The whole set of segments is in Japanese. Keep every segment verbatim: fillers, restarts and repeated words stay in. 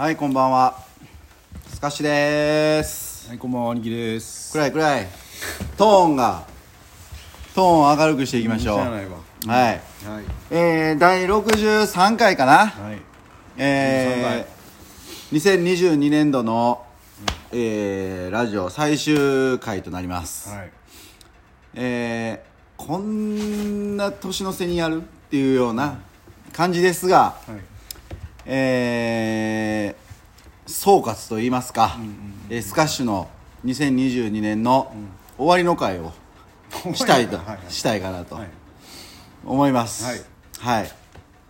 はい、こんばんは。すかしです。 はい、こんばんは、兄貴です。 くらいくらいトーンがトーンを明るくしていきましょう。 知らないわ。 はい、 はい、 えー、だいろくじゅうさんかいかな、 はい、 えー、にせんにじゅうにねんどの、うんえー、ラジオ最終回となります。 はい、 えー、こんな年の瀬にやるっていうような感じですが、はい、えー、総括といいますか、うんうんうんえー、スカッシュのにせんにじゅうにねんの終わりの会をしたいと、はいはい、したいかなと思います。はい、はい、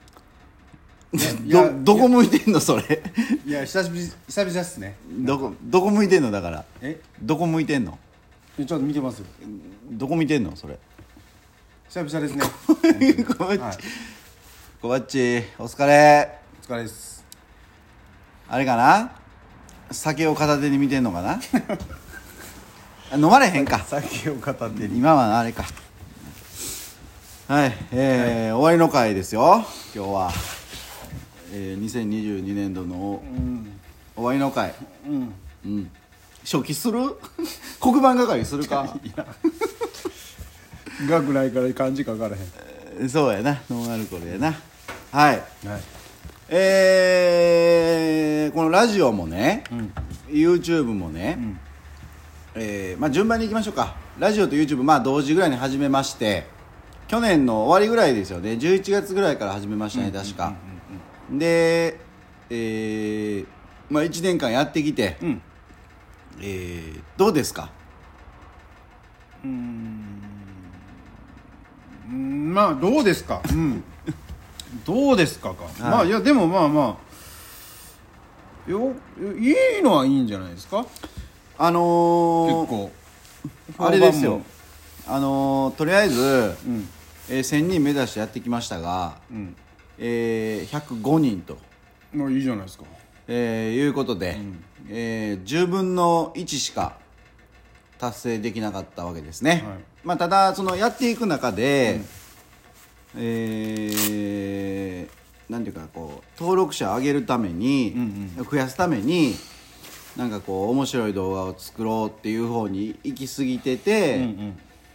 ど, どこ向いてんのそれ。 いや久々久々ですね。 どこどこ向いてんのだから。えどこ向いてんの。 ちょっと見てますよ。 どこ見てんのそれ。 久々ですね。 こばっち、はい、こばっちお疲れ。 お疲れです。 あれかな、酒を片手に見てんのかな。飲まれへんか。 酒を片手に。 今はあれか。はい、えーはい、終わりの回ですよ今日は。えー、にせんにじゅうにねんどの、うん、終わりの回、うんうん、初期する黒板係するか。いやがぐらいから漢字書かれへん、 えー、そうやな、ノンアルコールやな。はい、はい、えー、このラジオもね、うん、YouTube もね、うんえーまあ、順番にいきましょうか。ラジオと YouTube、まあ、同時ぐらいに始めまして、去年の終わりぐらいですよね。じゅういちがつぐらいから始めましたね、うん、確か、うんうんうん、で、えーまあ、いちねんかんやってきて、うんえー、どうですか。 うーんまあどうですか、うん、どうですかか、はい、まあいやでもまあまあよいいのはいいんじゃないですか。 あのー、 結構あれですよ、あのー、とりあえず、うんえー、せんにん目指してやってきましたが、うんえー、ひゃくごにんと、 まあいいじゃないですか、 えー、いうことで、うんえー、じゅうぶんのいちしか達成できなかったわけですね、はいまあ、ただそのやっていく中で、うんえー、なんていうかこう登録者を上げるために、うんうん、増やすためになんかこう面白い動画を作ろうっていう方に行き過ぎてて、うんうん、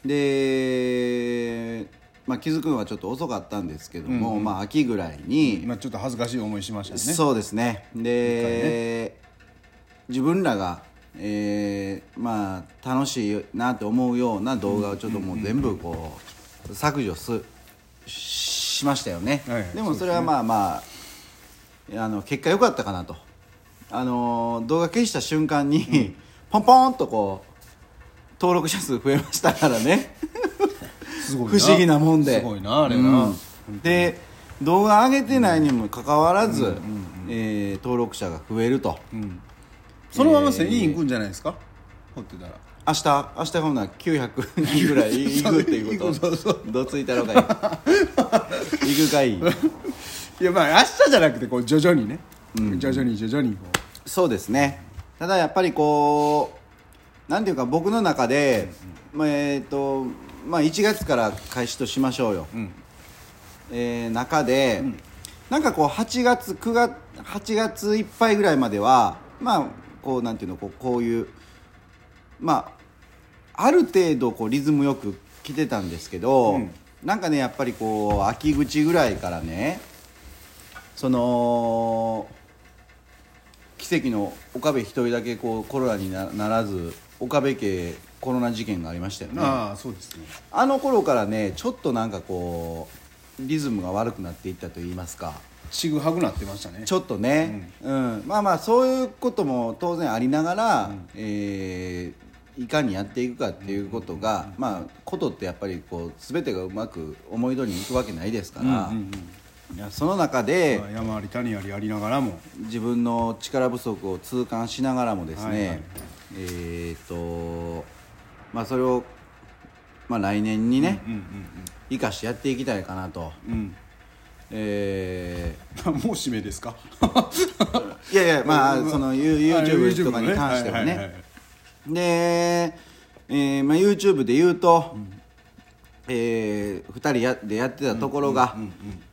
で、まあ、気づくのはちょっと遅かったんですけども、うんうんまあ、秋ぐらいに、 まあ、ちょっと恥ずかしい思いしましたね。 そうですね。で、ね、自分らが、えーまあ、楽しいなと思うような動画をちょっともう全部こう削除すしましたよね、はいはい、でもそれはまあまあ、あの結果良かったかなと。あの動画消した瞬間に、うん、ポンポンとこう登録者数増えましたからね。 すごいな、 不思議なもんで。 すごいなあれな、 うん、で動画上げてないにもかかわらず、うんうんうんえー、登録者が増えると、うん、 そのまませんにんいくんじゃないですか、掘ってたら明日明日ほんならきゅうひゃくにんぐらいいくっていうことそうそうどついたろかいいくかい。いやまあ明日じゃなくてこう徐々にね、うん、徐々に徐々にこうそうですね。ただやっぱりこうなんていうか僕の中で、うんうんまあ、えっ、ー、とまあいちがつから開始としましょうよ、うんえー、中で、うん、なんかこうはちがつくがつはちがついっぱいぐらいまではまあこうなんていうのこう、こういうまあある程度こうリズムよく来てたんですけど、うん、なんかねやっぱりこう秋口ぐらいからねその奇跡の岡部一人だけこうコロナに な, ならず岡部家コロナ事件がありましたよね。 ああそうですね。 あの頃からねちょっとなんかこうリズムが悪くなっていったと言いますかちぐはぐなってましたねちょっとね、うんうん、まあまあそういうことも当然ありながら、うんえー、いかにやっていくかっていうことが、うんうん、まあことってやっぱりこう全てがうまく思い通りにいくわけないですから、うんうんうんいやその中で、 まあ、山あり谷ありありながらも自分の力不足を痛感しながらもですね、はいはい、えーとまあそれを、まあ、来年にね、うんうんうんうん、生かしてやっていきたいかなと、うんえー、もう締めですかいやいやまあその YouTube とかに関してはねで、えーまあ、YouTube で言うと、うんえー、ふたりやでやってたところが、うんうんうんうん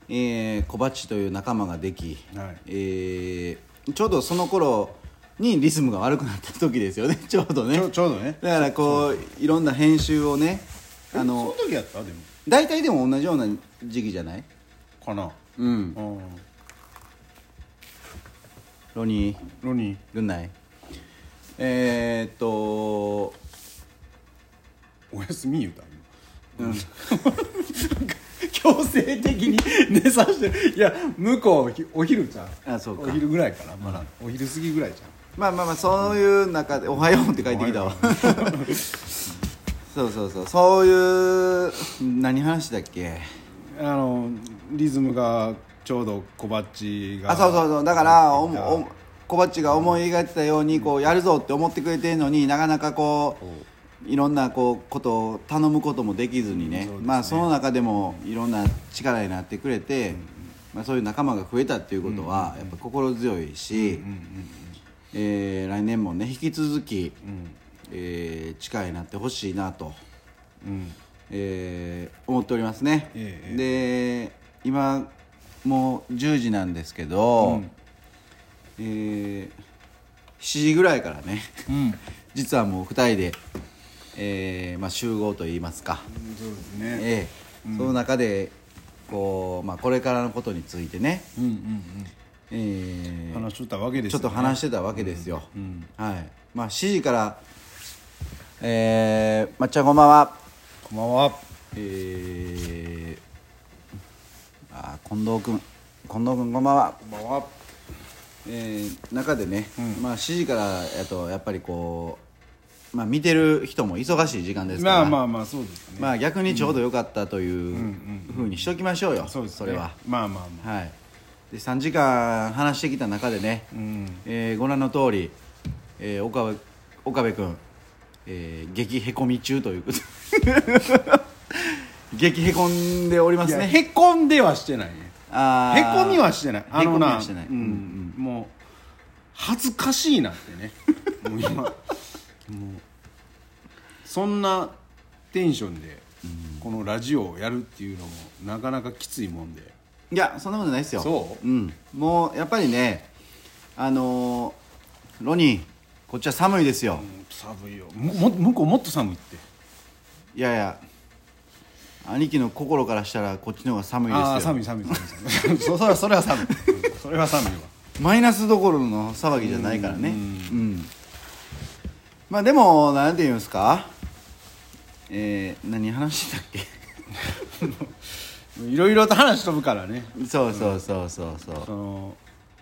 えー、小バッチという仲間ができ、 はい、 えー、ちょうどその頃にリズムが悪くなった時ですよねちょうどねちょ、ちょうどねだからこういろんな編集をねあのその時やったでも大体でも同じような時期じゃないかなうん、 うん、 ロニーロニーグンナイえー、っとおやすみ言うた今、うん、 強制的に寝させていや向こうお昼じゃんあそうかお昼ぐらいかな、まだ、うん、お昼過ぎぐらいじゃんまあまあまあそういう中で「おはよう」って書いてきたわそうそうそうそういう何話だっけあのリズムがちょうど小バッチがあそうそうそうだからおお小バッチが思い描いてたようにこうやるぞって思ってくれてるのになかなかこういろんなこうことを頼むこともできずにね、うん、まあその中でもいろんな力になってくれて、うんまあ、そういう仲間が増えたっていうことはやっぱ心強いし、えー、来年もね引き続き、うんえー、力になってほしいなと、うんえー、思っておりますね、ええ、で今もうじゅうじなんですけど、うんえー、しちじぐらいからね、うん、実はもうふたりで、えーまあ、集合といいますか、 うん、そうですね、 えーうん、その中でこう、まあ、これからのことについてね、うんうんうんえー、話してたわけですよねちょっと話してたわけですよ、うんうんはいまあ、しちじからえー、まっちゃんこんばんはこんばんはえー、あ近藤君近藤君こんばんはこんばんはえー、中でね、うんまあ、しちじからやとやっぱりこう、まあ、見てる人も忙しい時間ですからまあまあまあそうですね、 まあ、逆にちょうど良かったというふうにしときましょうよ、うんうんうん、 そうですね、 それはまあまあまあ、 はい、でさんじかん話してきた中でね、うんえー、ご覧の通り、えー、岡部岡部君えー、激へこみ中ということ激へこんでおりますねへこんではしてないねあへこみはしてないあのなへこみはしてない、うんうん、もう恥ずかしいなってねもう今もうそんなテンションでこのラジオをやるっていうのもなかなかきついもんでいやそんなことないですよそう、 うん、もうやっぱりねあのー、ロニーこっちは寒いですよ、うん、 寒いよも向こうもっと寒いっていやいや兄貴の心からしたらこっちの方が寒いですよああ寒い寒い寒い寒いそ, そ, れそれは寒いそれは寒いわマイナスどころの騒ぎじゃないからねうん、うん、まあでもなんていうんですかえー、何話してたっけいろいろと話飛ぶからねそうそうそうそうそう、うん、その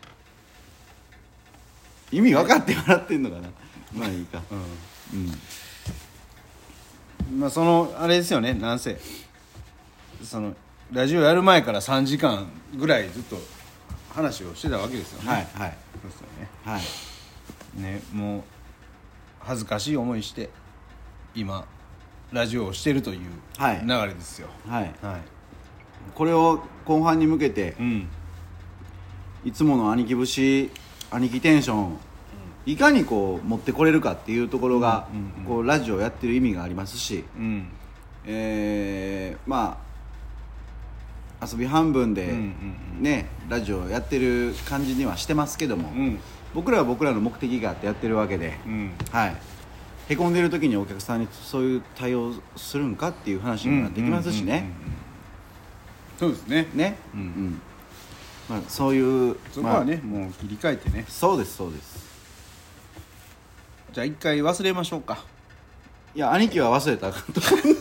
意味分かって笑ってんのかなまあいいかうん、 うん、まあそのあれですよねなんせそのラジオやる前からさんじかんぐらいずっと話をしてたわけですよねはいはいそうですよねはいねもう恥ずかしい思いして今ラジオをしてるという流れですよはい、はいはい、これを後半に向けて、うん、いつもの兄貴節兄貴テンション、うん、いかにこう持ってこれるかっていうところが、うんうんうん、こうラジオをやってる意味がありますし、うんえー、まあ遊び半分で、うんうんうん、ねラジオをやってる感じにはしてますけども、うん、僕らは僕らの目的があってやってるわけで、うんはいへこんでる時にお客さんにそういう対応するんかっていう話にもなってきますしね、 うんうんうんうん、そうですねね、うんうんまあ、そういうそこはね、まあ、もう切り替えてねそうですそうですじゃあ一回忘れましょうかいや兄貴は忘れたらあかんと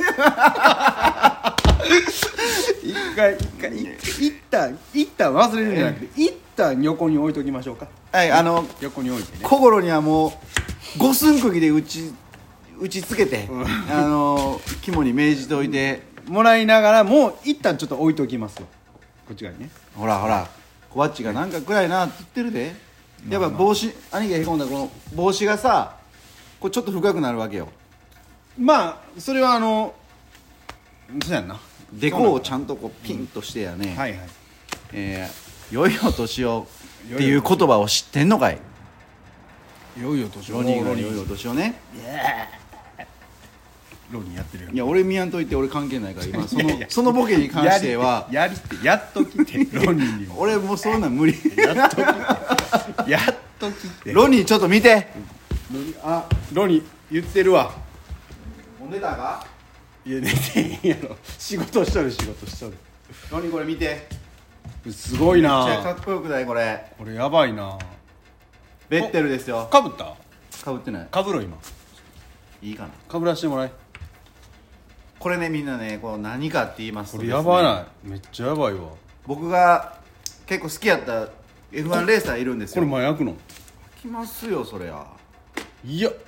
一回一回一旦一旦忘れるんじゃなくて一旦横に置いときましょうかはいあの横に置いてね心にはもう五寸釘で打ち打ちつけて、うん、あの肝に銘じておいてもらいながらもう一旦ちょっと置いておきますよこっち側にねほらほら小バッチがなんか暗いなって言ってるでやっぱ帽子、まあまあ、兄貴がへこんだこの帽子がさこうちょっと深くなるわけよまあそれはあのそうやんなデコをちゃんとこうピンとしてやね、うん、はいはいえー、よいお年をっていう言葉を知ってんのかいよいお年をロニーがよいお年をねロニーやってるよ。 いや俺見やんといて、俺関係ないから今そのいやいやそのボケに関してはやりってやっときてロニーにも俺もうそんなん無理やっときてやっときてロニーちょっと見て。 ロニーあロニー言ってるわ。 もう寝たか。 いや寝てへんやろ、仕事しとる仕事しとる。 ロニーこれ見て。 すごいめっちゃかなっこよくないこれ。 これやばいな。 ベッテルですよ。 かぶったかぶってない。 かぶろ今いいかな。 かぶらしてもらえ。 これねみんなねこう何かって言いますとこですね、 れやばないめっちゃやばいわ。 僕が結構好きやった エフワン レーサーいるんですこよ。 れ前焼くの。 来ますよそれや。 いやこ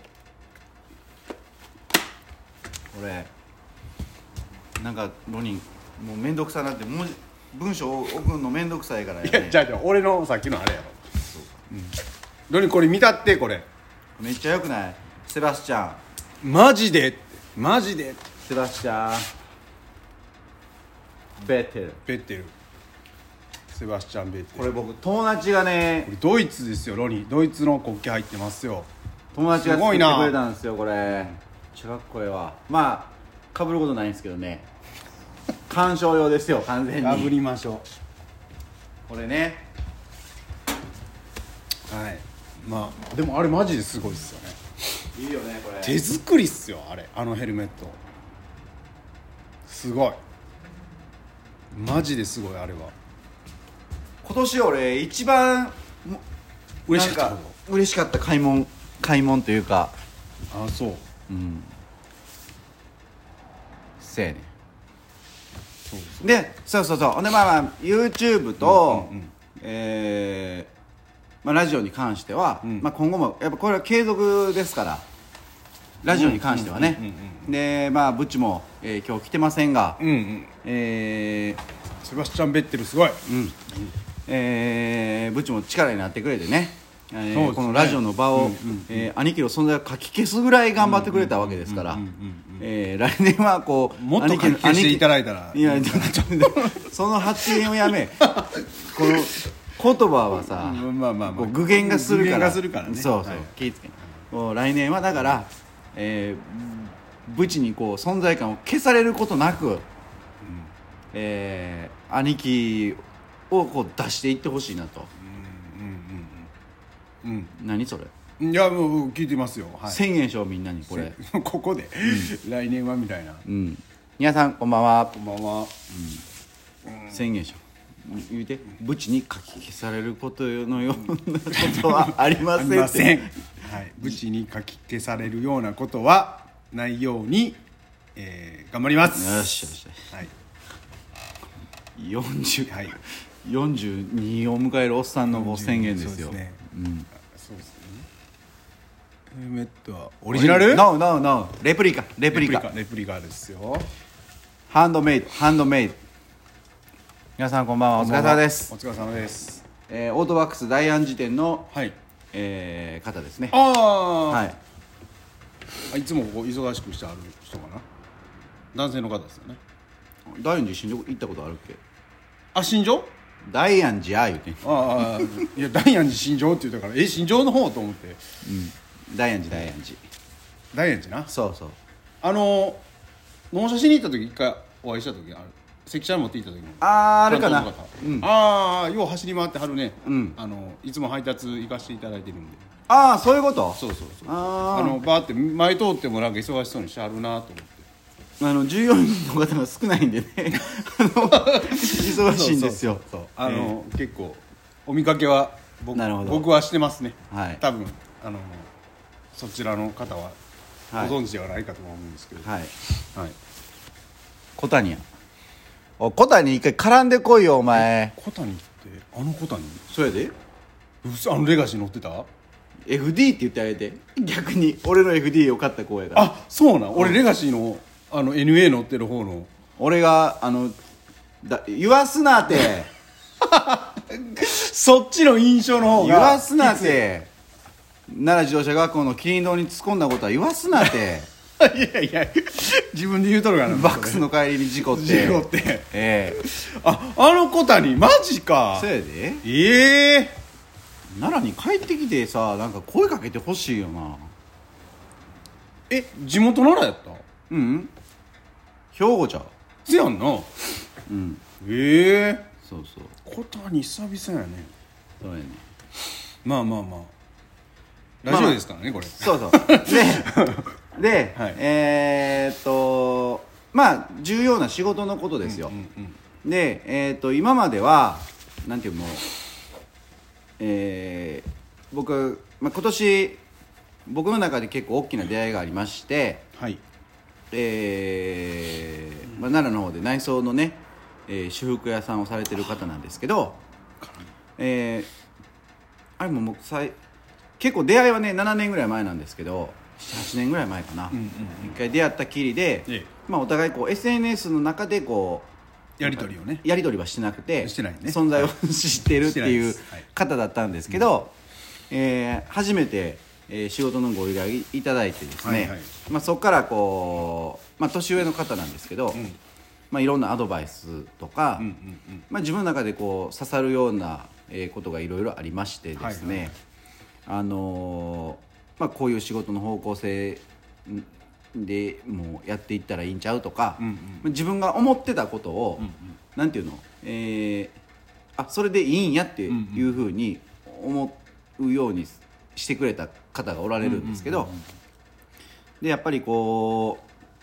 れなんかロニーもうめんどくさなって文字文章を送るのめんどくさいからや、ね、 いやじゃあじゃあ俺のさっきのあれやろ。うん、ロニーこれ見たって。これめっちゃよくない。セバスチャンマジでマジでセバスチャンベッテル。 ベッテルセバスチャン・ベッテル。 これ僕友達がねこれドイツですよ。ロニードイツの国旗入ってますよ。 友達がすごいな作ってくれたんですよこれ。めっちゃかっこええわ。まあかぶることないんですけどね鑑賞用ですよ完全に。 かぶりましょこれね。 う。はいまあでもあれマジですごいっすよね。 いいよねこれ。 手作りっすよあれ。あのヘルメットすごいマジですごいあれは。 今年俺一番も嬉しかったなんか嬉しかった買い物買い物というか。 ああそううんせやねん。 そうそうでそうそうそうほんでまあまあ YouTube と、 うんうんうんえーまあ、ラジオに関しては、 うんまあ、今後もやっぱこれは継続ですからラジオに関してはね。 うんうんうんでまあブッチも、えー今日来てませんが、 うんうんえーセバスチャン・ベッテルすごい。 うんえーブッチも力になってくれてね、えーそうですねこのラジオの場を、 うんうんうんえー兄貴の存在をかき消すぐらい頑張ってくれたわけですからうんうんうんうんえー来年はこうもっとかき消していただいたらいやちょちょその発言をやめこの言葉はさ、 うんまあまあまあこう具現化するから具現化するからねそうそう、 はい気ぃつけもう来年はだから、えー、ブチにこう存在感を消されることなく、えー兄貴をこう出していってほしいなと。 うんうんうん何それ、 うんいやもう聞いてますよ。はい宣言しようみんなにこれ。 ここで来年はみたいな。 うん皆さんこんばんは。 こんばんは。 宣言しよう言うてブチに書き消されることのようなことはありませんってありません。はい。ブチに書き消されるようなことはないように、えー頑張ります。 よしよしはいよんじゅう、 はい。 よんじゅうにを迎えるおっさんのこう宣言ですよ。 そうですね。 うんそうですね。ヘルメットはオリジナル？ ノーノーノーレプリカレプリカレプリカですよ。 ハンドメイドハンドメイド。皆さんこんばんはお疲れ様ですお。疲れ様です。 えーオートバックス大安寺店の、 はい。 えー方ですね。 ああ。 はいあいつもここ忙しくしてある人かな。男性の方ですよね。 大安寺新宿行ったことあるっけ。 あ、新庄？ 大安寺や言うてん、 ああいや大安寺新庄って言ったからえ新庄の方と思ってうん、大安寺大安寺大安寺な。 そうそうあの納車しに行った時一回お会いした時ある関車に持って行った時のあーあれかな担当の方うんああよう走り回ってはるね、 うんあのいつも配達行かせていただいてるんでああそういうことそうそうそうあーあのバーって前通ってもなんか忙しそうにしてはるなと思ってあの従業員の方が少ないんでねあの忙しいんですよ。 そうそうそうあの、結構お見かけは僕なるほど僕はしてますね、 はい多分あのそちらの方はごはい存知ではないかと思うんですけど、 はいはい、 小谷やお小谷一回絡んでこいよお前。 小谷ってあの小谷それでうそあのレガシー乗ってた？ エフディー って言ってあげて逆に俺の エフディー を買った子やから。 あそうなん、俺レガシーのあの エヌエー 乗ってる方の俺があのだ言わすなってそっちの印象の方言がわすなって奈良自動車学校のキリン堂に突っ込んだことは言わすなっていやいや自分で言うとるからなバックスの帰りに事故って事故ってええああの小谷マジかそうやでええ奈良に帰ってきてさなんか声かけてほしいよな。 え地元奈良やった？ うんうん兵庫ちゃうせやんな。 うんええそうそう小谷久々やね。 そうやねまあまあまあラジオですからね、これ。 そうそうでで、 はいえー、っとまあ重要な仕事のことですよ、 うんうんで、えー、と今まではなんていうもう、えー、僕、まあ、今年僕の中で結構大きな出会いがありまして、 はい。 えーまあ、奈良の方で内装のね、えー、修復屋さんをされてる方なんですけど、えー、あれももうさい結構出会いはねななねんぐらい前なんですけどななはちねんぐらい前かな、 うんうんうん一回出会ったきりで、 ええまあ、お互いこう エスエヌエス の中でこうやり取りをね。 やり取りはしてなくてしてないね存在を知ってるっていうしてないですはい方だったんですけど、えー初めて、えー仕事のご依頼いただいてですね、 はいはいまあ、そこからこう、まあ、年上の方なんですけど、 んまあ、いろんなアドバイスとか、 うんうんうんまあ、自分の中でこう刺さるようなえーことがいろいろありましてですね、 はいはいはいあのーまあ、こういう仕事の方向性でもうやっていったらいいんちゃうとか、 うんうんまあ自分が思ってたことを、 うんうんなんていうの、えーあそれでいいんやっていうふうに思うようにしてくれた方がおられるんですけど、でやっぱりこ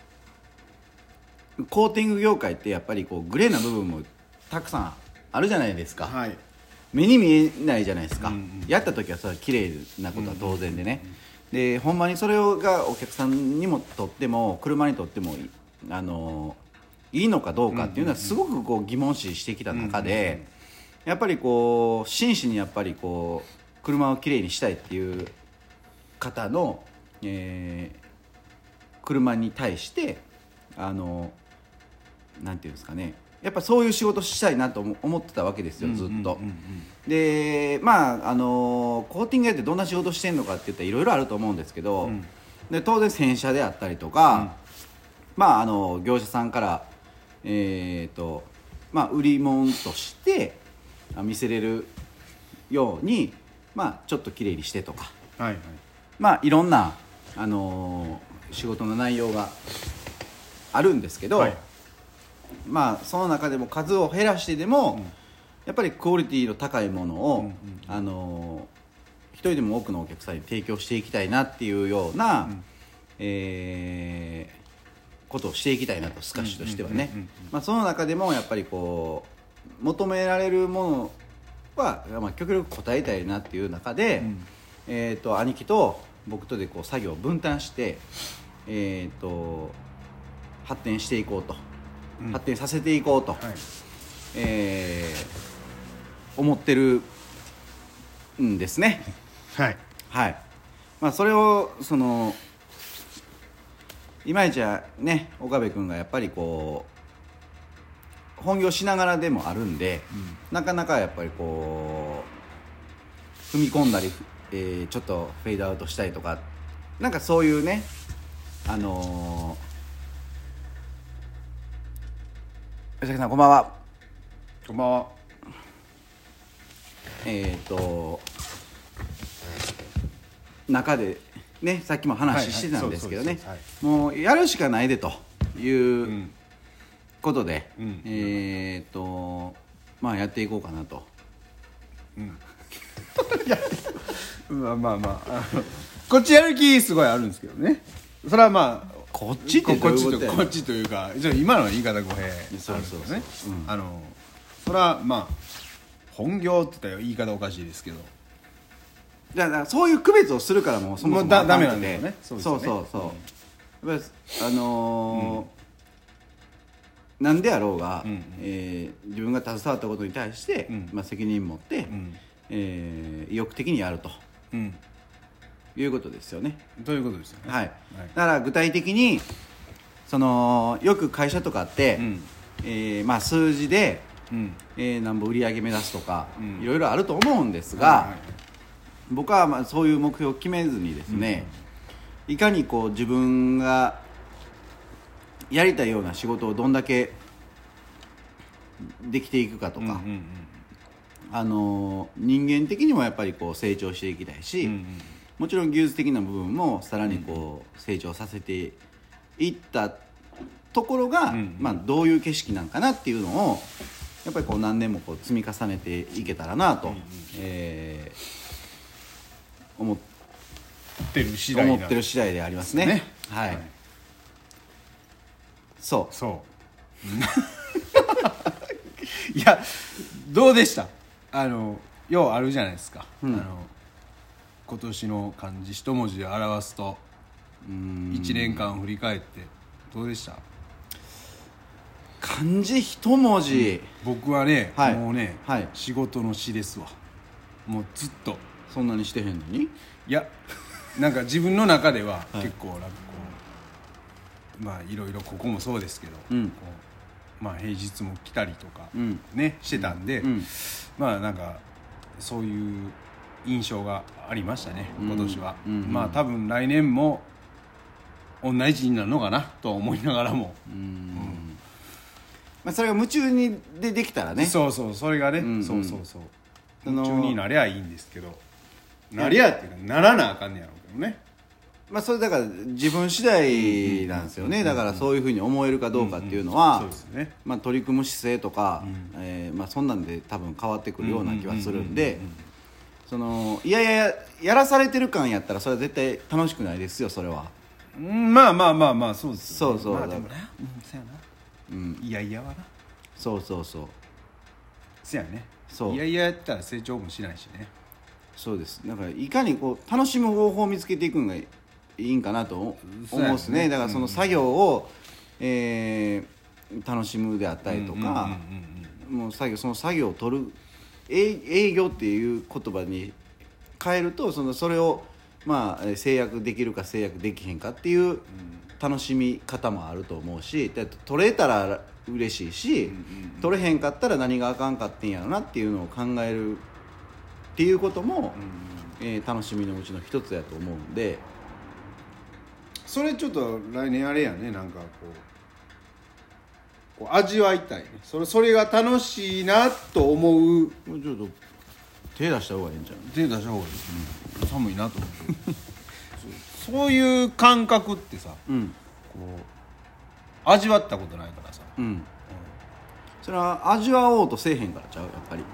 うコーティング業界ってやっぱりこうグレーな部分もたくさんあるじゃないですか、 はい。 目に見えないじゃないですか、 うんうんやった時はそれは綺麗なことは当然でね、でほんまにそれがお客さんにもとっても車にとってもいあのいいのかどうかっていうのはすごくこう疑問視してきた中で、やっぱりこう真摯にやっぱりこう車をきれいにしたいっていう方の、えー車に対してあのなんていうんですかね、やっぱそういう仕事したいなと思思ってたわけですよ、ずっと。 うんうんうんでまああのコーティング屋ってどんな仕事してんのかって言ったらいろいろあると思うんですけど、 うんで当然洗車であったりとか、まああの業者さんからえーとまあ売り物としてあ見せれるようにまあちょっときれいにしてとか、 はいはい。 まあいろんなあの仕事の内容があるんですけど、 はいまあその中でも数を減らしてでも、 うんやっぱりクオリティの高いものを、 うんうんあの一人でも多くのお客さんに提供していきたいなっていうような、 んえーことをしていきたいなとスカッシュとしてはねうんうんうんうんまあその中でもやっぱりこう求められるものは、まあ、極力応えたいなっていう中で、 うんえー、と兄貴と僕とでこう作業を分担して、えー、と発展していこうと、 うん発展させていこうと、 はい。 えー思ってるんですね。 はい。 はい。まあそれをそのいまいちはね岡部君がやっぱりこう本業しながらでもあるんで、なかなかやっぱりこう踏み込んだり、えーちょっとフェードアウトしたりとかなんかそういうねあのー、吉崎さんこんばんは。 こんばんは。 えっ、と中でねさっきも話してたんですけどね、 はいはいそうですそうもうやるしかないでといううんことで、 うんえっ、とまあやっていこうかなと。 まあまあまああのこっちやる気すごいあるんですけどね。それはまあこっちってここっちどういうことやとこっちというかじゃあ今の言い方語弊あるんですそうよそうそうね。 うんあのそれはまあ本業って言ったら言い方おかしいですけど。 だからそういう区別をするからもうそもそももうだあかんくてダメなんだよねそそううですよねそうそうやっぱりあのーなんであろうが、 うんうんえー自分が携わったことに対して、 うんまあ、責任持って、 んえー意欲的にやるとうんいうことですよね。 ということですよね。 はい、だから具体的にそのよく会社とかって、 うんえーまあ、数字で、 うんえー、なんぼ売り上げ目指すとか、 うんいろいろあると思うんですが、 はいはい僕はまあそういう目標を決めずにですね、いかにこう自分がやりたいような仕事をどんだけできていくかとか、 うんうんあのー人間的にもやっぱりこう成長していきたいし、 うんうんもちろん技術的な部分もさらにこう成長させて行ったところが、うんまあ、どういう景色なんかなっていうのをやっぱりこう何年もこう積み重ねていけたらなと、うんうんえー、思ってる次第思ってる次第でありますね。ねはい、はい、そうそういやどうでした？あのようあるじゃないですか、うん、あの今年の漢字一文字で表すとうーんいちねんかん振り返ってどうでした？ 漢字一文字、 うん、僕はね、はい、もうね、 はい、 仕事の詩ですわ。もうずっとそんなにしてへんのにいやなんか自分の中では結構なんかこう、はい、まあいろいろここもそうですけど、うん、こうまあ平日も来たりとかね、うん、してたんで、うん、まあなんかそういう印象がありましたね今年は、うんうんうん、まあ多分来年も同じになるのかなと思いながらも、うんうんまあ、それが夢中にでできたらねそうそうそれがね、うんうん、そうそうそう夢中になりゃいいんですけどなりゃっていうかならなあかんねやろうけどね。 まあそれだから自分次第なんですよね、うんうん、だからそういうふうに思えるかどうかっていうのは、うんうん、そうですね、まあ、取り組む姿勢とか、うんえーまあ、そんなんで多分変わってくるような気はするんでそのいやいややらされてる感やったらそれは絶対楽しくないですよそれは。 うん、まあまあまあまあそうですよね。そうそう、まあ、 でもな、うん、そうやな、うん、いやいやはなそうそうそうそうやねそういやいややったら成長もしないしね。 そうです。だからいかにこう楽しむ方法を見つけていくのがいいんかなと思うんですね。だからその作業を、うんえー、楽しむであったりとか、もう作業その作業を取る営業っていう言葉に変えるとそのそれをまあ制約できるか制約できへんかっていう楽しみ方もあると思うし、取れたら嬉しいし、うんうんうん、取れへんかったら何があかんかってんやろなっていうのを考えるっていうことも、うんえー、楽しみのうちの一つやと思うんで、 それちょっと来年あれやね、なんかこう、こう味わいたいね。それそれが楽しいなと思う。ちょっと手出した方がいいんじゃない？ 手出した方がいい、うん、寒いなと思ってそう、そういう感覚ってさ、うん、こう味わったことないからさ、うんうん、 それは味わおうとせえへんからちゃうやっぱり。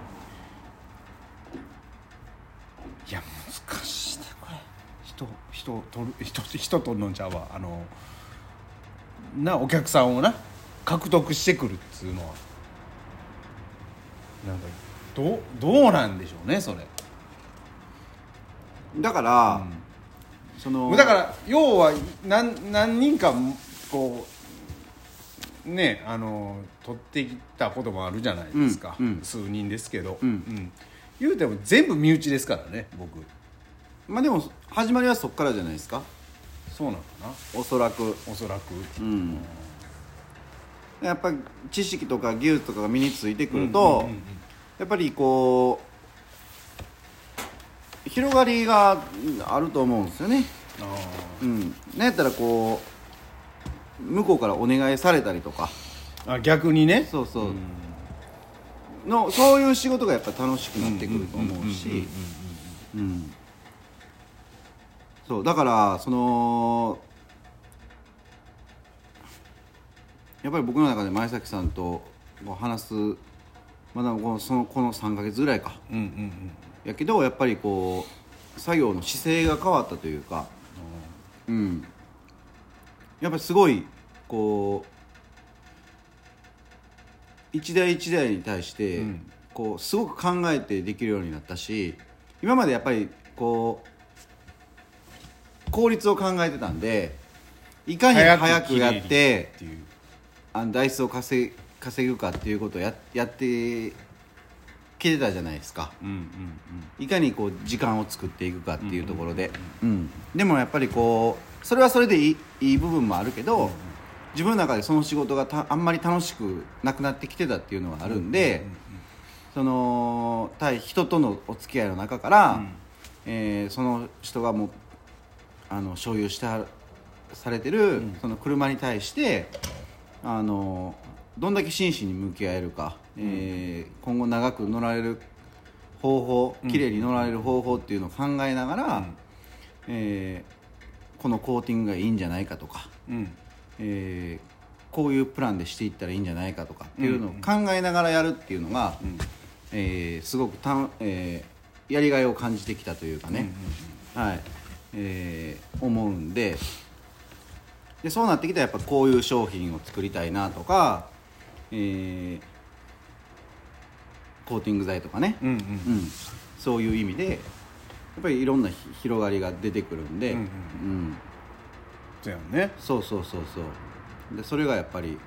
いや難しいねこれ。人人とる人人とのんちゃうわ、あのなお客さんをな獲得してくるっつうのはなんかどうどうなんでしょうねそれ。 だから、うん、そのだから要は何何人かこうねあの取ってきたこともあるじゃないですか、うんうん、数人ですけど、うんうん言うても全部身内ですからね僕。 まあでも始まりはそっからじゃないですか。 そうなのかなおそらくおそらく、うん、 やっぱり知識とか技術とかが身についてくると、うんうんうんうん、やっぱりこう広がりがあると思うんですよね。あ、うん、なんやったらこう向こうからお願いされたりとか、 あ逆にね、 そうそう、うんのそういう仕事がやっぱ楽しくなってくると思うし、そうだからそのやっぱり僕の中で前崎さんと話すまだこのそのこのさんかげつぐらいか、うんうんうん、やけどやっぱりこう作業の姿勢が変わったというか、うん、やっぱりすごいこう一台一台に対して、うん、こうすごく考えてできるようになったし、今までやっぱりこう効率を考えてたんでいかに早くやってあの台数を稼稼ぐかっていうことを や, やってきてたじゃないですか、うんうんうん、いかにこう時間を作っていくかっていうところで、うんうんうんうん、でもやっぱりこうそれはそれでい い, いい部分もあるけど、うんうん、自分の中でその仕事がたあんまり楽しくなくなってきてたっていうのがあるんで、うんうんうんうん、その対人とのお付き合いの中から、うんえー、その人がもうあの所有してされてる、うん、その車に対してあのどんだけ真摯に向き合えるか、うんえー、今後長く乗られる方法、綺麗に乗られる方法っていうのを考えながら、うんえー、このコーティングがいいんじゃないかとか、うんえー、こういうプランでしていったらいいんじゃないかとかっていうのを考えながらやるっていうのが、うんえー、すごくた、えー、やりがいを感じてきたというかね、うんうんうんはいえー、思うんで、でそうなってきたらやっぱこういう商品を作りたいなとか、えー、コーティング剤とかね、うんうんうん、そういう意味でやっぱりいろんな広がりが出てくるんで、うんうんうん、 そうやね。 そうそうそうそうでそれがやっぱり、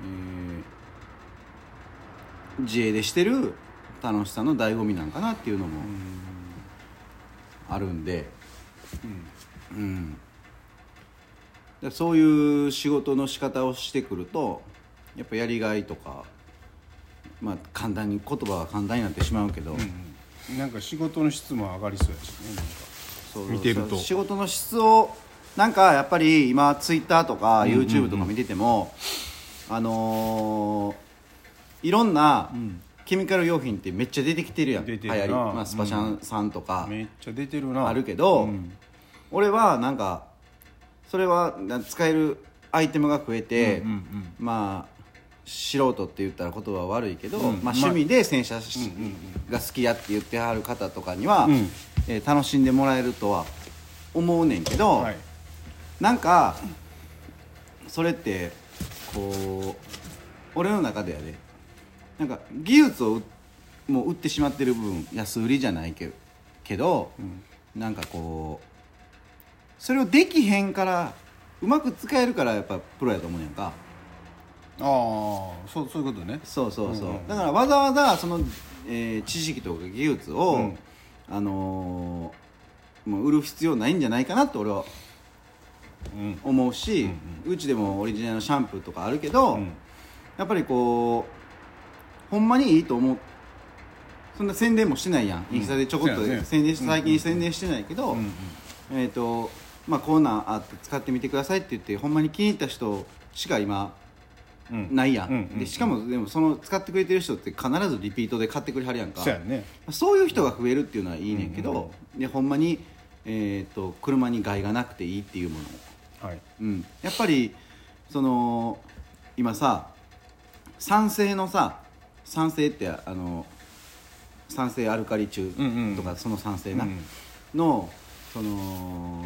えー、自営でしてる楽しさの醍醐味なんかなっていうのもあるんで、うんうん、でそういう仕事の仕方をしてくるとやっぱやりがいとか、まあ簡単に言葉は簡単になってしまうけど、うんうん、なんか仕事の質も上がりそうやしね、なんかそう見てると仕事の質をなんかやっぱり今ツイッターとか YouTube とか見てても、うんうんうん、あのー、いろんなケミカル用品ってめっちゃ出てきてるやん。 出てるな、 流行り、まあ、スパシャンさんとか、 うん、めっちゃ出てるなあるけど、うん、俺はなんかそれは使えるアイテムが増えて、うんうんうん、まあ素人って言ったら言葉は悪いけど、うんまあ、趣味で洗車が好きやって言ってはる方とかには、うんえー、楽しんでもらえるとは思うねんけど、はい、なんかそれってこう俺の中ではねなんか技術をもう売ってしまってる部分安売りじゃないけど、けど、うん、なんかこうそれをできへんからうまく使えるからやっぱプロやと思うやんか。 ああ そう、そういうことね。 そうそうそう、うんうん、だからわざわざその、えー、知識とか技術を、うん、あのー、もう売る必要ないんじゃないかなと俺は思うし、うんうんうん、うちでもオリジナルのシャンプーとかあるけど、うん、やっぱりこうほんまにいいと思う。そんな宣伝もしてないやん、インスタでちょこっと宣伝し、最近宣伝してないけど、うんうん、えーとまあ、こんなんあって使ってみてくださいって言ってほんまに気に入った人しか今ないやん、うんうんうん、でしかもでもその使ってくれてる人って必ずリピートで買ってくれはるやんか。 そうやね、 そういう人が増えるっていうのはいいねんけど、うんうん、でほんまに、えー、と車に害がなくていいっていうもの、はいうん、やっぱりその今さ酸性のさ酸性ってあの酸性アルカリ中とか、うんうん、その酸性な、うんうん、のその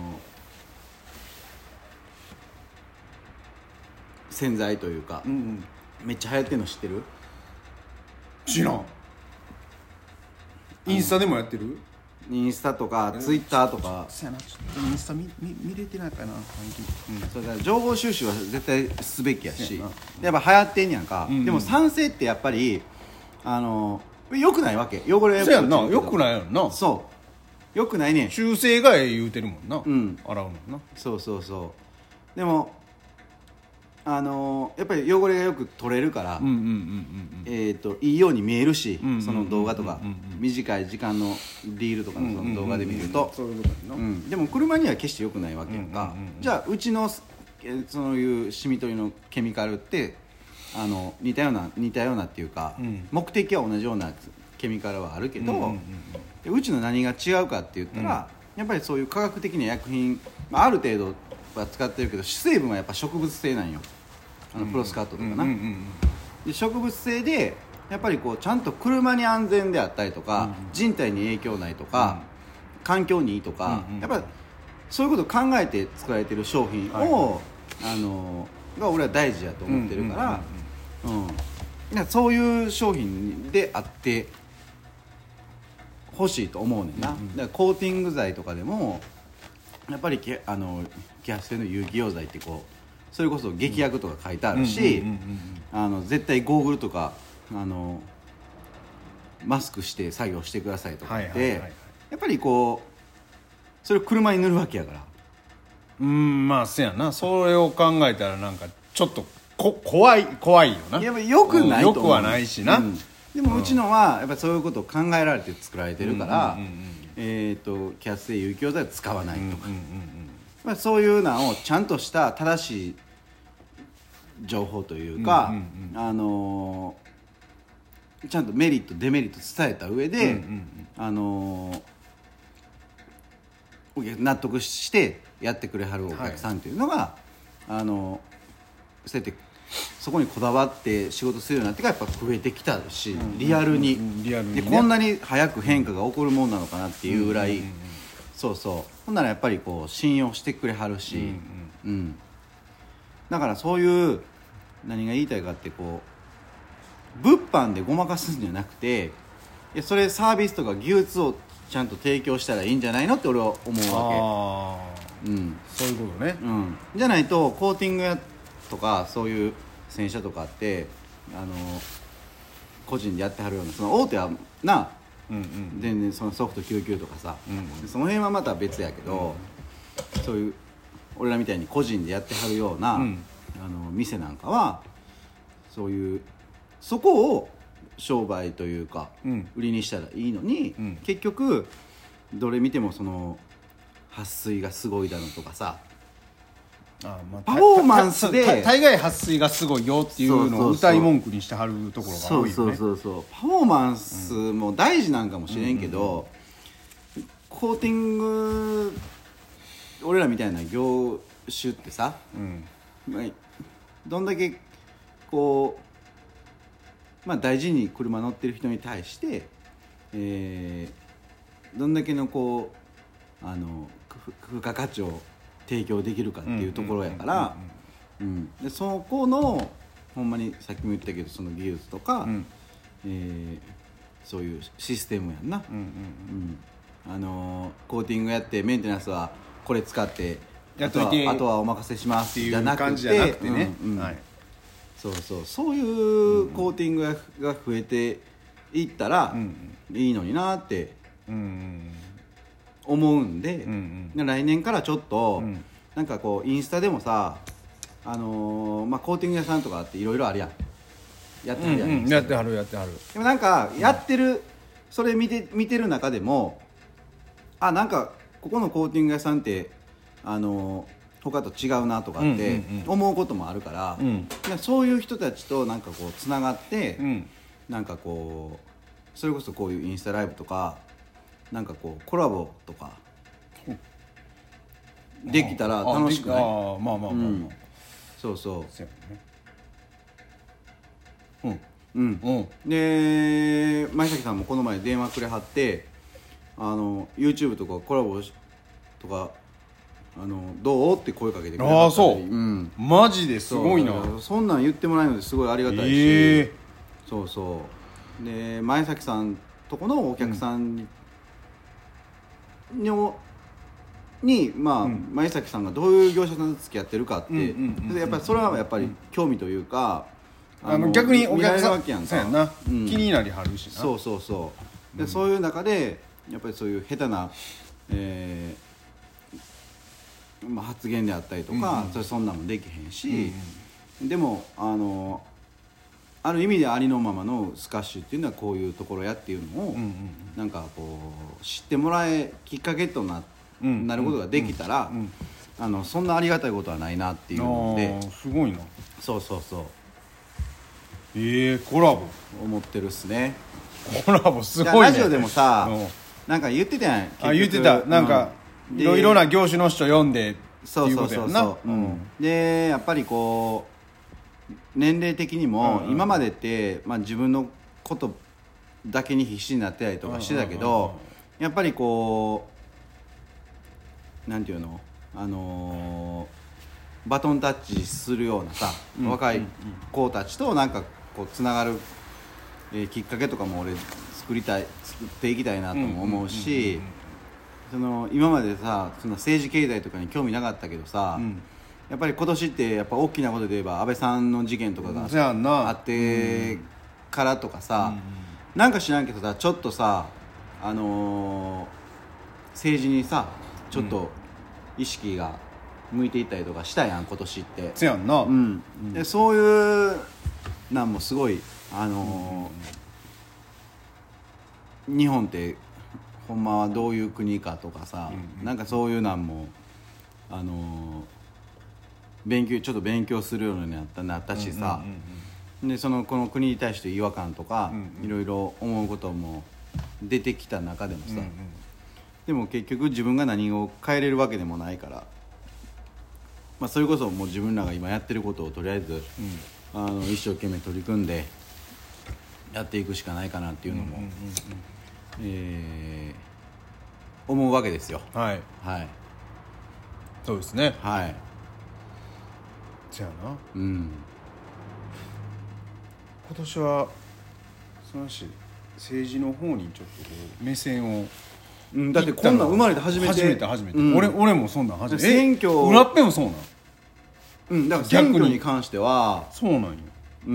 洗剤というか、うんうん、めっちゃ流行ってるの知ってる？ 知らん。インスタでもやってる？ インスタとかツイッターとか。 そうやな、ちょっとインスタ 見, 見, 見れてないかな、 うん、それから情報収集は絶対すべきやし、やっぱ流行ってんやんか、うんうん、でも酸性ってやっぱりあのよくないわけ。汚れよくない。そうやんな、よくないやんな。 そうよくないねん。 中性が言うてるもんな、うん、洗うもんな。 そうそうそう。でもあのー、やっぱり汚れがよく取れるから、うんうんうんうん、えーと、いいように見えるし、うんうんうんうん、その動画とか、うんうん、短い時間のリールとかのその動画で見ると、でも車には決して良くないわけやんか、うんうんうんうん、じゃあうちのそういうシミ取りのケミカルってあの似たような似たようなっていうか、うん、目的は同じようなケミカルはあるけど、うんうんうんうん、うちの何が違うかって言ったら、うん、やっぱりそういう科学的な薬品、まあ、ある程度は使ってるけど主成分はやっぱ植物性なんよ。あのプロスカットとかな、うんうんうんうん、で植物性でやっぱりこうちゃんと車に安全であったりとか、うんうん、人体に影響ないとか、うん、環境にいいとか、うんうん、やっぱりそういうことを考えて作られてる商品を、はい、あのが俺は大事やと思ってるから、うんうんうんうん、そういう商品であって欲しいと思うねんな、うんうん、だからコーティング剤とかでもやっぱりあの揮発性の有機溶剤ってこうそれこそ劇薬とか書いてあるし、あの絶対ゴーグルとかあのマスクして作業してくださいとかって、はいはいはいはい、やっぱりこうそれを車に塗るわけやから。 うーんまあせやな。それを考えたらなんかちょっとこ怖い怖いよな。 やっぱよくないと思う、うん、よくはないしな、うん、 でもうちのはやっぱそういうことを考えられて作られてるから、うんうんうんうん、えーと揮発性有機溶剤を使わないとか、うんうんうんうん、まあ、そういうのをちゃんとした正しい情報というか、うんうんうん、あのー、ちゃんとメリットデメリット伝えた上で、うんうんうん、あのー、納得してやってくれはるお客さんというのが、はい、あのそうやってそこにこだわって仕事するようになってからやっぱ増えてきたし、うん、リアルに、うん、リアルにね、でこんなに早く変化が起こるもんなのかなっていうぐらい、うんうんうん、そうそうほんならやっぱりこう信用してくれはるし、うんうんうん、だからそういう何が言いたいかってこう物販でごまかすんじゃなくて、いやそれサービスとか技術をちゃんと提供したらいいんじゃないのって俺は思うわけ。うん、 そういうことね、 うん、じゃないとコーティングやとかそういう洗車とかってあの個人でやってはるようなその大手はな、うんうん、全然そのソフトきゅうじゅうきゅうとかさ、うんうん、その辺はまた別やけど、うん、そういう俺らみたいに個人でやってはるような、うん、あの店なんかはそういうそこを商売というか、うん、売りにしたらいいのに、うん、結局どれ見てもその撥水がすごいだのとかさ、ああまあ、パフォーマンスで大概撥水がすごいよっていうのを歌い文句にしてはるところが多いよね。 そうそうそうそうパフォーマンスも大事なんかもしれんけど、うんうんうん、コーティング俺らみたいな業種ってさ、うんまあ、どんだけこう、まあ、大事に車乗ってる人に対して、えー、どんだけのこうあの付加価値を提供できるかっていうところやからそこのほんまにさっきも言ったけどその技術とか、うんえー、そういうシステムやんな、うんうんうん、あのコーティングやってメンテナンスはこれ使ってやっといてあとはお任せしますっていう感じじゃなくてね、 うんうんはい、そうそうそういうコーティングが増えていったらいいのになって思うんで、うんうん、来年からちょっと、うん、なんかこうインスタでもさ、あのーまあ、コーティング屋さんとかっていろいろあるやんやってはるやん、 うんうん、やってはるやってはるでもなんかやってる、うん、それ見て見てる中でもあなんかここのコーティング屋さんってあのー、他と違うなとかって思うこともあるから、うんうんうん、そういう人たちとなんかこうつながって、うん、なんかこうそれこそこういうインスタライブとかなんかこうコラボとかできたら楽しくない？ああまあまあまあまあ、うん、そうそうそうやねうんうんうんで前崎さんもこの前電話くれはってあの YouTube とかコラボとかあのどうって声かけてくれはったり。ああそう、うん、 マジですごいな。 そ, そんなん言ってもらえるのですごいありがたいし、えー、そうそうで前崎さんとこのお客さんに、うん、にまあ、うん、前崎さんがどういう業者さんと付き合ってるかって、うんうんうんうん、やっぱりそれはやっぱり興味というか、 うん、あの逆にお客さんそうやんな、うん、気になりはるしな。 そうそうそうで、うん、そういう中でやっぱりそういう下手な、えーまあ、発言であったりとか、うんうん、それそんなもできへんし、うんうん、でもあのある意味でありのままのスカッシュっていうのはこういうところやっていうのを、うんうんうん、なんかこう知ってもらえきっかけとなってなることができたら、うんうんうん、あのそんなありがたいことはないなっていうのですごいな。 そうそうそうえー、コラボ思ってるっすね。 コラボすごいね。 ラジオでもさなんか言ってたやん。 あ言ってたなんか、うん、いろいろな業種の人読んでっていうことやんな。そうそうそうそう、うん、 でやっぱりこう年齢的にも、うんうん、今までって、まあ、自分のことだけに必死になってたりとかしてたけど、うんうんうん、やっぱりこうなんていうの、あのー、バトンタッチするようなさ、うん、若い子たちとなんかこうつながる、えー、きっかけとかも俺作りたい作っていきたいなとも思うし、その今までさその政治経済とかに興味なかったけどさ、うん、やっぱり今年ってやっぱ大きなことで言えば安倍さんの事件とかがあってからとかさ、うん、なんか知らんけどさちょっとさあのー、政治にさちょっと意識が向いていったりとかしたやん今年って。 そうやんな、 うんうん、でそういうなんもすごいあのーうん、日本ってほんまはどういう国かとかさ、うん、なんかそういうなんもあのー、勉強ちょっと勉強するようになったなったしさ、うんうんうんうん、でそのこの国に対して違和感とか、うんうん、いろいろ思うことも出てきた中でもさ、うんうん、でも結局自分が何を変えれるわけでもないからまあ、それこそもう自分らが今やってることをとりあえず、うん、あの一生懸命取り組んでやっていくしかないかなっていうのも、うんうんうんうん、えー、思うわけですよ。 はい、 はい、 そうですね。 はい、 そやな、 うん、 今年はそのし政治の方にちょっとこう目線を、 うん、だってこんなん生まれて初めて初めて初めて、 うん、 俺, 俺もそんなん初めて。 選挙裏っぺもそうなん。 うん、だから選挙に関してはそうなんよ。 うん、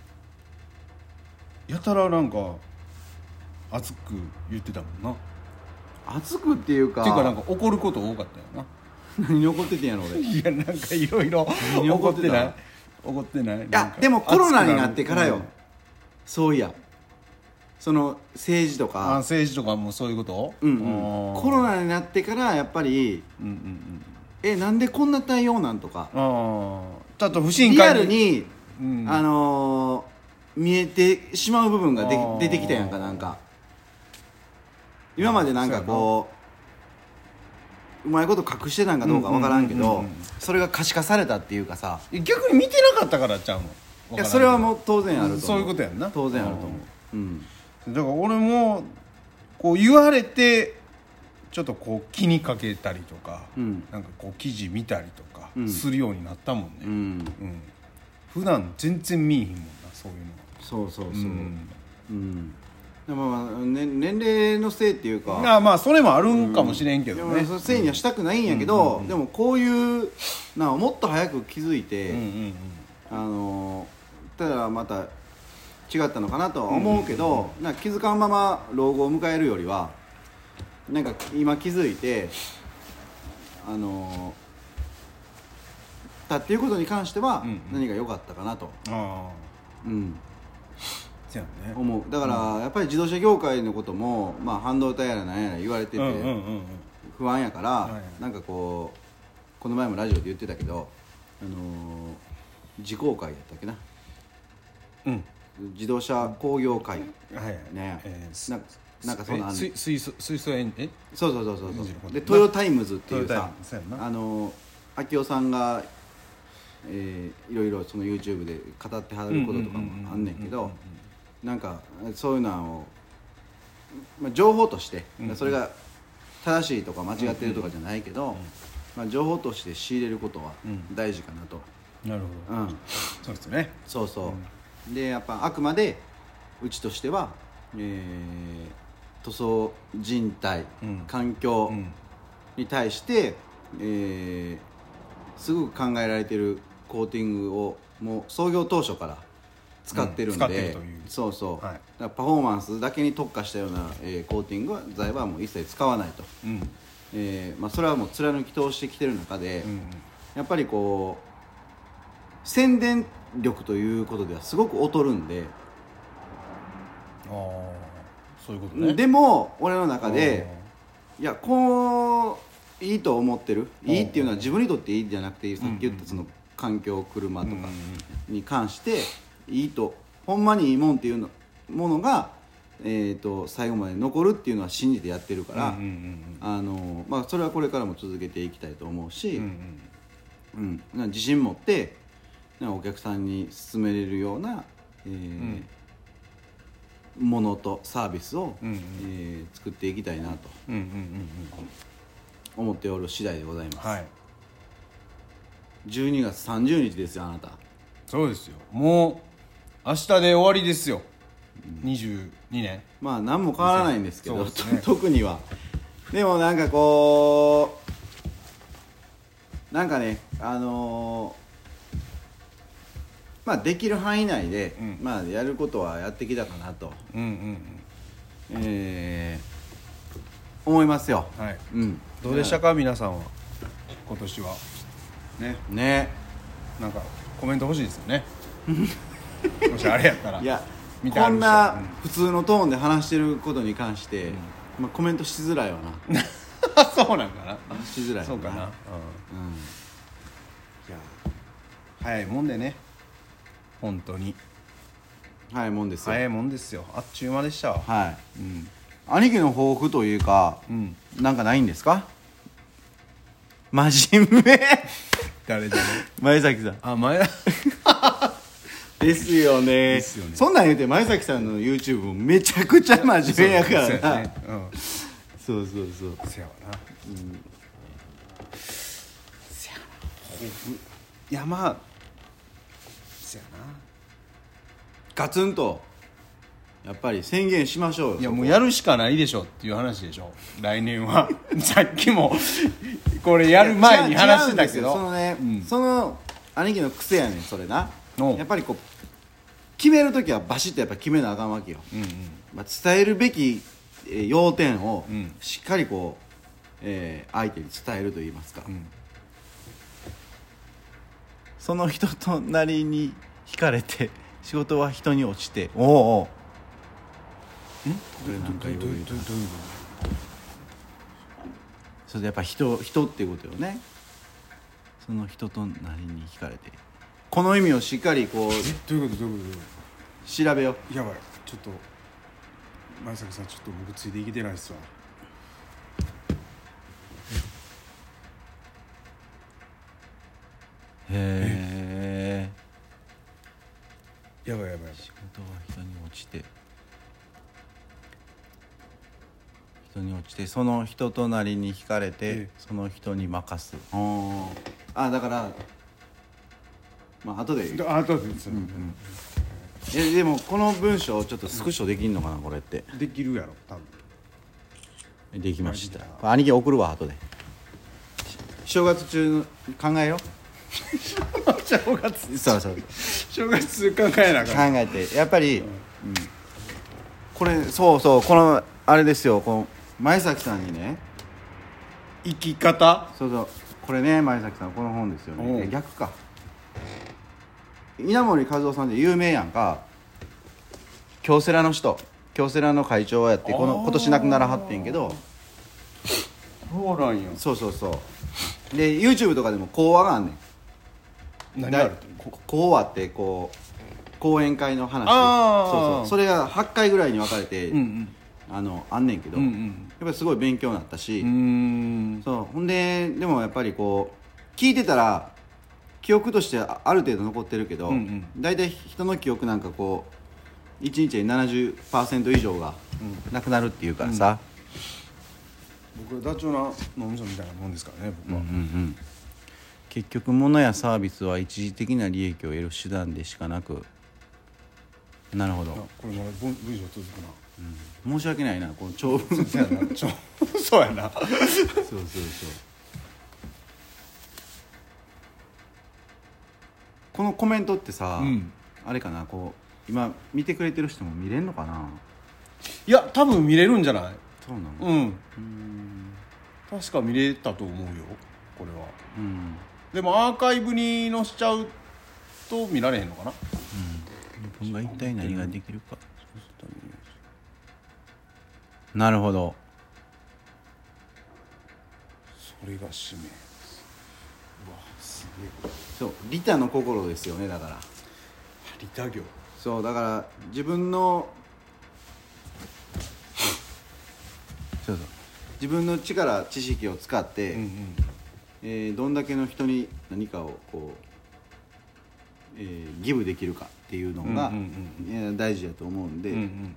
やたらなんか熱く言ってたもんな。 熱くっていうかっていうかなんか怒ること多かったよな。何怒っててんやろ俺。 いやなんかいろいろ怒ってない怒ってない。いやでもコロナになってからよ、うん、そういやその政治とかあ政治とかもそういうこと、 うんうん、コロナになってからやっぱり、うんうんうん、えなんでこんな対応なんとか、 あちょっと不信感にリアルに、 うん、 あのー、見えてしまう部分がで出てきたやんか。なんか今までなんかこううまいこと隠してたんかどうか分からんけど、うんうんうんうん、それが可視化されたっていうかさ、 逆に見てなかったからちゃうの。 いやそれはもう当然あると思う。 そういうことやんな。 当然あると思う、うん、 だから俺もこう言われてちょっとこう気にかけたりとか、うん、なんかこう記事見たりとかするようになったもんね、うんうん、普段全然見えへんもんなそういうの。 そうそうそう、うんうん、でもまあ、ね、年齢のせいっていうか、 あまあそれもあるんかもしれんけどね、 うん、せいにはしたくないんやけど、うんうんうん、でもこういうなもっと早く気づいて、うんうんうん、あのただまた違ったのかなとは思うけど、うんうんうん、なんか気づかんまま老後を迎えるよりはなんか今気づいてあのたっていうことに関しては何が良かったかなと、うんうん、あうんそうやね、 思う。だからやっぱり自動車業界のことも、まあ、半導体やら何やら言われてて不安やから、なんかこうこの前もラジオで言ってたけど、あのー、自公会やったっけな、うん、自動車工業会、はいはいねえー、ななんかそんな水素水素エンえそうそうそうそうそうでトヨタイムズっていうさ、あの秋夫さんが、えー、いろいろその YouTube で語ってはることとかもあんねんけど、なんかそういうのを、まあ、情報として、うんうん、それが正しいとか間違ってるとかじゃないけど、うんうんまあ、情報として仕入れることは大事かなと、 うん、なるほど、うん、そうですね。 そうそう、うん、でやっぱあくまでうちとしては、えー、塗装人体、うん、環境に対して、えー、すごく考えられてるコーティングをもう創業当初から使ってるんで、うん、使ってるというそうそう、はい、だからパフォーマンスだけに特化したような、えー、コーティングは材はもう一切使わないと、うんえーまあ、それはもう貫き通してきてる中で、うんうん、やっぱりこう宣伝力ということではすごく劣るんで、 あそういうことね。 でも俺の中でいやこういいと思ってる、いいっていうのは自分にとっていいじゃなくて、さっき言ったその環境車とかに関していいと、ほんまにいいもんっていうのものが、えー、と最後まで残るっていうのは信じてやってるから、あのまあ、それはこれからも続けていきたいと思うし、うんうん、自信持ってお客さんに勧めれるような、えーうんものとサービスを、うんうんえー、作っていきたいなと思っておる次第でございます、はい、じゅうにがつさんじゅうにちですよ。あなたそうですよ。もう明日で終わりですよ、うん、にじゅうにねん。まあ何も変わらないんですけど、ね、特にはでもなんかこうなんかねあのーまあ、できる範囲内で、うんまあ、やることはやってきたかなと、うんうんうんえー、思いますよ、はいうん、どうでしたか皆さんは今年はねねなんかコメント欲しいですよねもしあれやったらいやこんな普通のトーンで話してることに関して、うんまあ、コメントしづらいわなそうなんかなしづらいそうかな、うんうん、いや早いもんでね本当に早いもんですよ。 早いもんですよ。あっちゅう間でしたわ。 はい、うん、兄貴の抱負というか、うん、なんかないんですか？真面目誰誰前崎さんあ前ですよね。 ですよね。 そんなん言うて前崎さんの YouTube もめちゃくちゃ真面目やからな。 そうやね、うん、 そうそうそうせやわな、うん、せやな抱負山せやなガツンとやっぱり宣言しましょうよ。 いやもうやるしかないでしょっていう話でしょ来年はさっきもこれやる前に話してたけどそのね、 うん、 その兄貴の癖やねんそれな。やっぱりこう決めるときはバシッとやっぱ決めなあかんわけよ、うんうん、まあ、伝えるべき、えー、要点をしっかりこう、えー、相手に伝えると言いますか、うん、その人となりに惹かれて仕事は人に落ちておうおうんこれなんかいろいろそれでやっぱ人人っていうことよね。その人となりに惹かれてこの意味をしっかりこうえどういうことどういうこと調べよう。やばいちょっと前坂さんちょっと僕ついていけてないっすわ。 へえやばいやばいやばい。 仕事は人に落ちて人に落ちてその人となりに惹かれてその人に任す。ああだからまあ後であ後でですね、うんうん、 えでもこの文章ちょっとスクショできんのかなこれって。 できるやろ多分。 できました。兄貴送るわ後で。正月中考えよ正月そうそう正月考えなあかん。 考えてやっぱり、うん、これそうそうこのあれですよこの前崎さんにね生き方そうそうこれね前崎さんこの本ですよね。逆か稲森和夫さんで有名やんか。京セラの人京セラの会長をやってこの今年亡くならはってんけどそうなんや。 そうそうそうで YouTube とかでも講話があんねん。 何があるって講話ってこう講演会の話そうそうそれがはちかいぐらいに分かれて、うんうん、あのあんねんけど、うんうん、やっぱりすごい勉強になったしうーんそうほんででもやっぱりこう聞いてたら記憶としてある程度残ってるけど、うんうん、だいたい人の記憶なんかこういちにちに ななじゅっパーセント 以上がなくなるっていうからさ、 うん、僕はダチョウの脳みそみたいなもんですからね僕は、うんうんうん、 結局物やサービスは一時的な利益を得る手段でしかなく。なるほど。 これまだ文章続くな、 うん、申し訳ないなこの長文そうやなそうやなそうそうそうこのコメントってさ、うん、あれかなこう今見てくれてる人も見れんのかな。 いや多分見れるんじゃない。 そうなの。 うんうん確か見れたと思うよこれは、うん、でもアーカイブに載せちゃうと見られへんのかな。うん自分が一体何ができるか。なるほどそれが使命。うわすげえ。 そう利他の心ですよね。だから利他業。 そうだから自分のそうそう自分の力知識を使って、うんうんえー、どんだけの人に何かをこう、えー、ギブできるかっていうのが、うんうんうん、大事だと思うんで、うんうん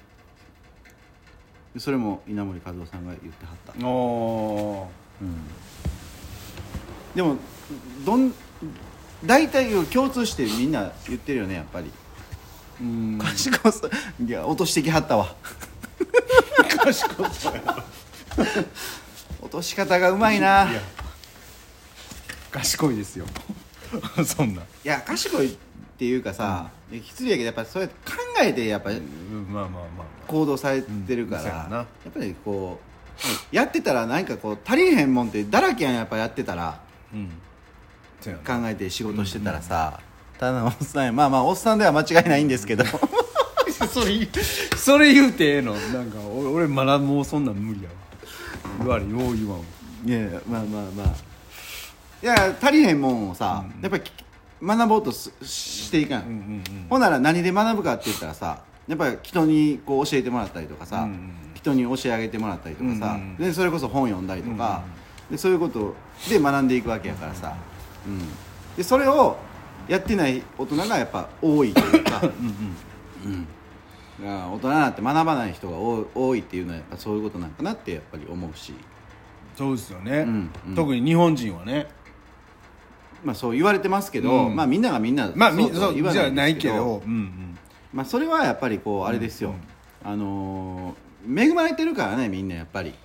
うん、それも稲森和夫さんが言ってはった。お、うん、でもどん大体共通してみんな言ってるよねやっぱり。うん賢さいや落としてきはったわ賢さや落とし方がうまいな。いや賢いですよそんな。いや賢いっていうかさ、うん、失礼やけどやっぱそうやって考えてやっぱ、うんまあまあまあ、行動されてるから、うん、やっぱりこうやってたら何かこう足りへんもんってだらけやんやっぱやってたら、うん、考えて仕事してたらさ、うんうんただのおっさんやまあまあおっさんでは間違いないんですけどそれそれ言うてええのなんか俺まだもうそんなん無理やわ言われよう言わん。 いやいやまあまあまあいや足りへんもんをさ、うん、やっぱり学ぼうとしていかん、うんうんうん、ほんなら何で学ぶかって言ったらさやっぱり人にこう教えてもらったりとかさ、うんうん、人に教え上げてもらったりとかさ、うんうん、でそれこそ本読んだりとか、うんうん、でそういうことで学んでいくわけやからさうん、でそれをやってない大人がやっぱ多いというかうん、うん大人になって学ばない人が多いっていうのはやっぱそういうことなんかなってやっぱり思うしそうですよね、 うんうん、 特に日本人はねまあそう言われてますけど、うん、まあみんながみんなまあそうとは言わないんですけど、じゃないけど、 うんうんまあ、それはやっぱりこうあれですよ、うんうん、あのー、恵まれてるからねみんなやっぱり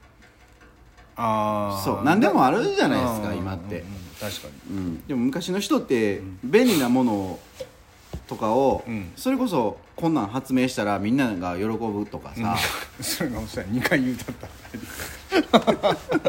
あそう何でもあるじゃないですか今って、うんうん、 確かに、 うん、でも昔の人って便利なものをとかを、うん、それこそこんなん発明したらみんなが喜ぶとかさ、 うん、それがおっしゃるにかい言うたった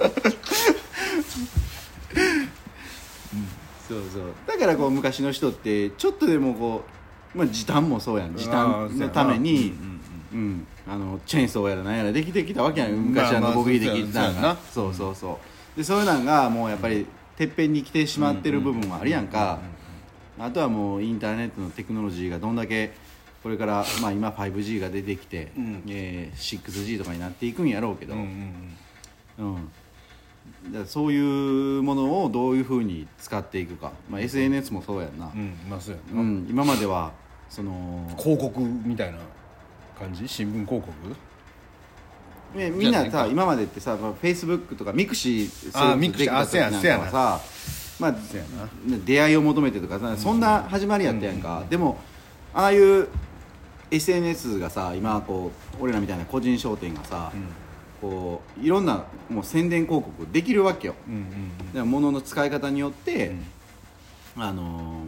そうそうだからこう昔の人ってちょっとでもこう、まあ、時短もそうやん時短のために、うんうんうん、あのチェーンソーやら何やらできてきたわけやん昔はノコギリできてたんがそうそうそうでそういうのがもうやっぱりてっぺんに来てしまってる部分もあるやんかあとはもうインターネットのテクノロジーがどんだけこれから、まあ、今 ファイブジー が出てきて、うんえー、シックスジー とかになっていくんやろうけど、うんうんうんだからそういうものをどういうふうに使っていくか、まあ、エスエヌエス もそうやんな、 うんまあそうやなうん、今まではその広告みたいな感じ新聞広告えみんなさ今までってさ、まあ、Facebook とかミクシーあミクシーあせやなせやなさまあ、出会いを求めてとかさそんな始まりやったやんか、うん、でもああいう エスエヌエス がさ今こう俺らみたいな個人商店がさ、うん、こういろんなもう宣伝広告できるわけよ、うんうんうん、だから物の使い方によって、うん、あのー、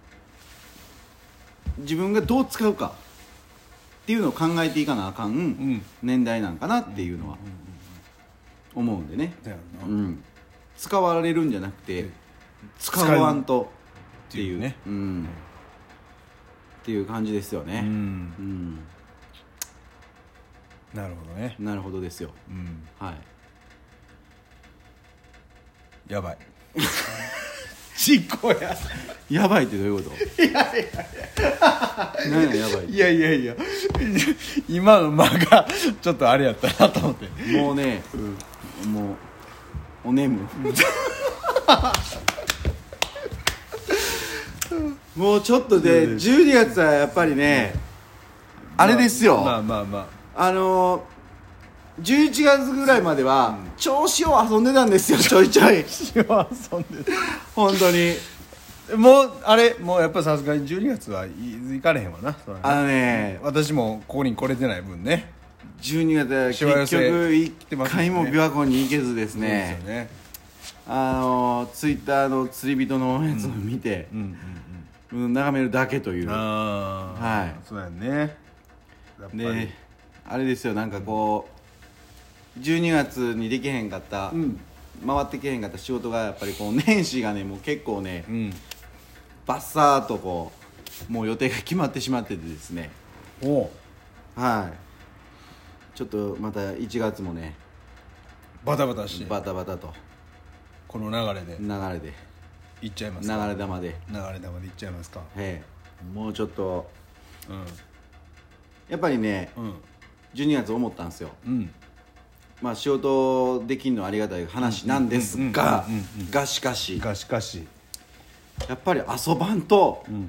自分がどう使うかっていうのを考えていかなあかん年代なんかなっていうのは思うんでね、うん、使われるんじゃなくて使わんとっていうね、うん、っていう感じですよね、うんうん、 なるほどねなるほどですよ、うん、はいやばいちっこややばいってどういうこといやいやいや何ややばいいやいやいや今の間がちょっとあれやったなと思ってもうね、うん、もうお眠もうちょっとでじゅうにがつはやっぱりね、まあ、あれですよまあまあまああのー、じゅういちがつぐらいまでは調子を遊んでたんですよちょいちょい調子を遊んで本当にもうあれもうやっぱさすがにじゅうにがつはい行かれへんわなあのね私もここに来れてない分ねじゅうにがつは結局いっかいも琵琶湖に行けずですね、そうですよねあのツイッターの釣り人のやつを見て、うんうんうんうん、眺めるだけというああはいそうやねであれですよなんかこうじゅうにがつにできへんかった、うん、回ってけへんかった仕事がやっぱりこう年始がねもう結構ね、うん、バッサーとこうもう予定が決まってしまっててですねおはいちょっとまたいちがつもねバタバタしてバタバタとこの流れで流れでいっちゃいますか流れ玉で流れ玉でいっちゃいますかへえもうちょっと、うん、やっぱりね、うん、じゅうにがつ思ったんですよ、うんまあ、仕事できるのはありがたい話なんですががしかしがしかしやっぱり遊ばんと、うん、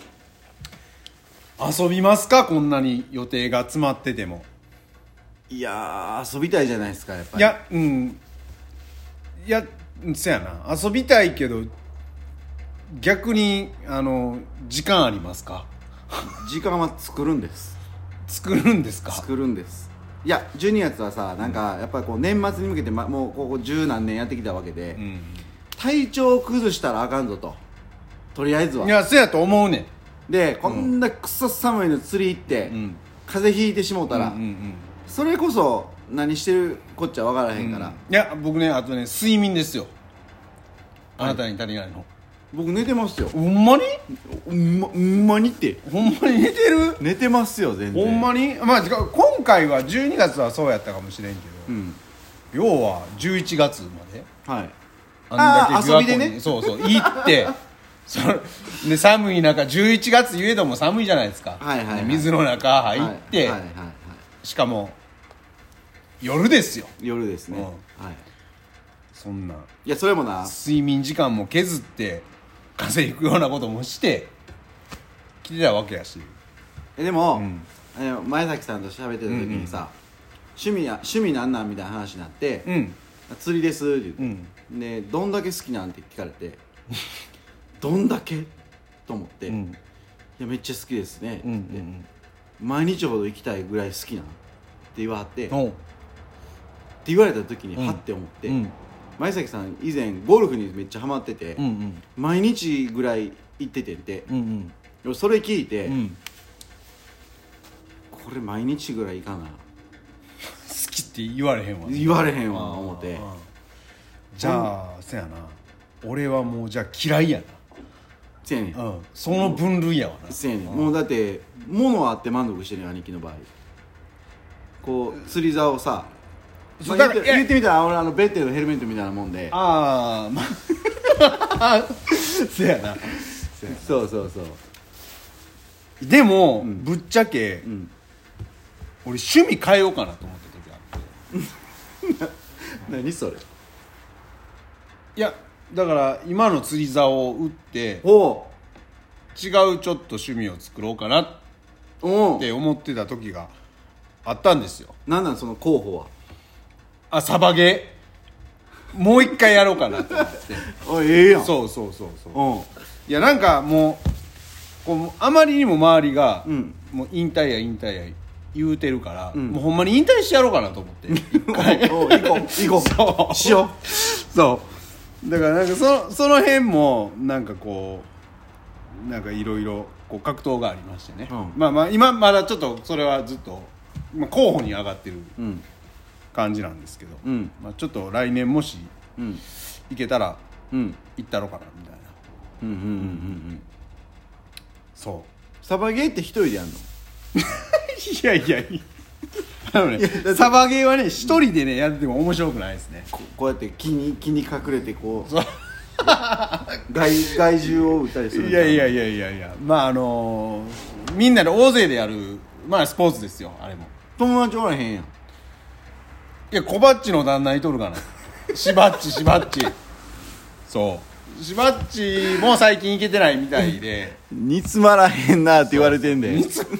遊びますかこんなに予定が詰まっててもいやー遊びたいじゃないですかやっぱりいやうんいやそやな遊びたいけど逆にあの時間ありますか時間は作るんです作るんですか作るんですいやじゅうにがつはさなんかやっぱりこう年末に向けて、ま、もうここ十何年やってきたわけで、うん、体調を崩したらあかんぞととりあえずはいやそうやと思うねんでこんなくそ寒いの釣り行って、うん、風邪ひいてしもうたら、うんうんうん、それこそ何してるこっちゃ分からへんから、うん、いや僕ねあとね睡眠ですよあなたに足りないの、はい、 僕寝てますよほんまにほんま、ほんまにってほんまに寝てる寝てますよ全然ほんまにまあ今回はじゅうにがつはそうやったかもしれんけど、うん、要はじゅういちがつまではいあんだけ遊びでねそうそう行ってそで寒い中じゅういちがつ言えども寒いじゃないですか、 はいはいはい、 水の中入って、はいはいはいはい、しかも夜ですよ夜ですね、うん、はいそんないやそれもな睡眠時間も削って風邪ひくようなこともして来てたわけやし。 えでも、 うんえ前崎さんと喋ってた時にさ、うんうん、趣味や趣味なんなんみたいな話になって、うん、釣りですって言って、うん、でどんだけ好きなんって聞かれてどんだけと思って、うん、いやめっちゃ好きですねって言って、うんうんうん、毎日ほど行きたいぐらい好きなんって言わはってって言われた時に、うん、はって思って、うん、前崎さん以前ゴルフにめっちゃハマってて、うんうん、毎日ぐらい行っててんて、うんうん、それ聞いて、うん、これ毎日ぐらい行かな好きって言われへんわ、 ね、言われへんわ思ってじゃあせやな俺はもうじゃあ嫌いやなせやねん、 うん、その分類やわなせやねん、もうだって物あって満足してるよ兄貴の場合こう釣り竿をさ、まあ、言, って言ってみたら俺あのベッテルのヘルメットみたいなもんでああまあせやなそうそうそうでも、うん、ぶっちゃけ、うん、俺趣味変えようかなと思った時あって何それいやだから今の釣り竿を打ってお違うちょっと趣味を作ろうかなって思ってた時があったんですよ。 なんなんその候補はあサバゲーもう一回やろうかなと思ってあええやんそうそうそうそういやなんかもうこうあまりにも周りが、うん、もう引退や引退や言うてるから、うん、もうほんまに引退してやろうかなと思って一回行こう行こうそうしようそうだからなんか そ, その辺もなんかこうなんかいろいろ格闘がありましてね、うん、まあまあ今まだちょっとそれはずっと、まあ、候補に上がってる感じなんですけど、うんまあ、ちょっと来年もし、うん、行けたら、うん、行ったろうかなみたいなうんうんうんうんうんそうサバゲーって一人でやんのいやいやいやあのねサバゲーはね一人でねやっても面白くないですねこ, こうやって木に木に隠れてこう害, 害獣を撃ったりするいやいやいやいやいやまああのー、みんなで大勢でやるまあスポーツですよあれも友達おらへんやんいや小バッチの旦那いとるかなしばっちしばっちそうしばっちも最近行けてないみたいで煮詰まらへんなって言われてんで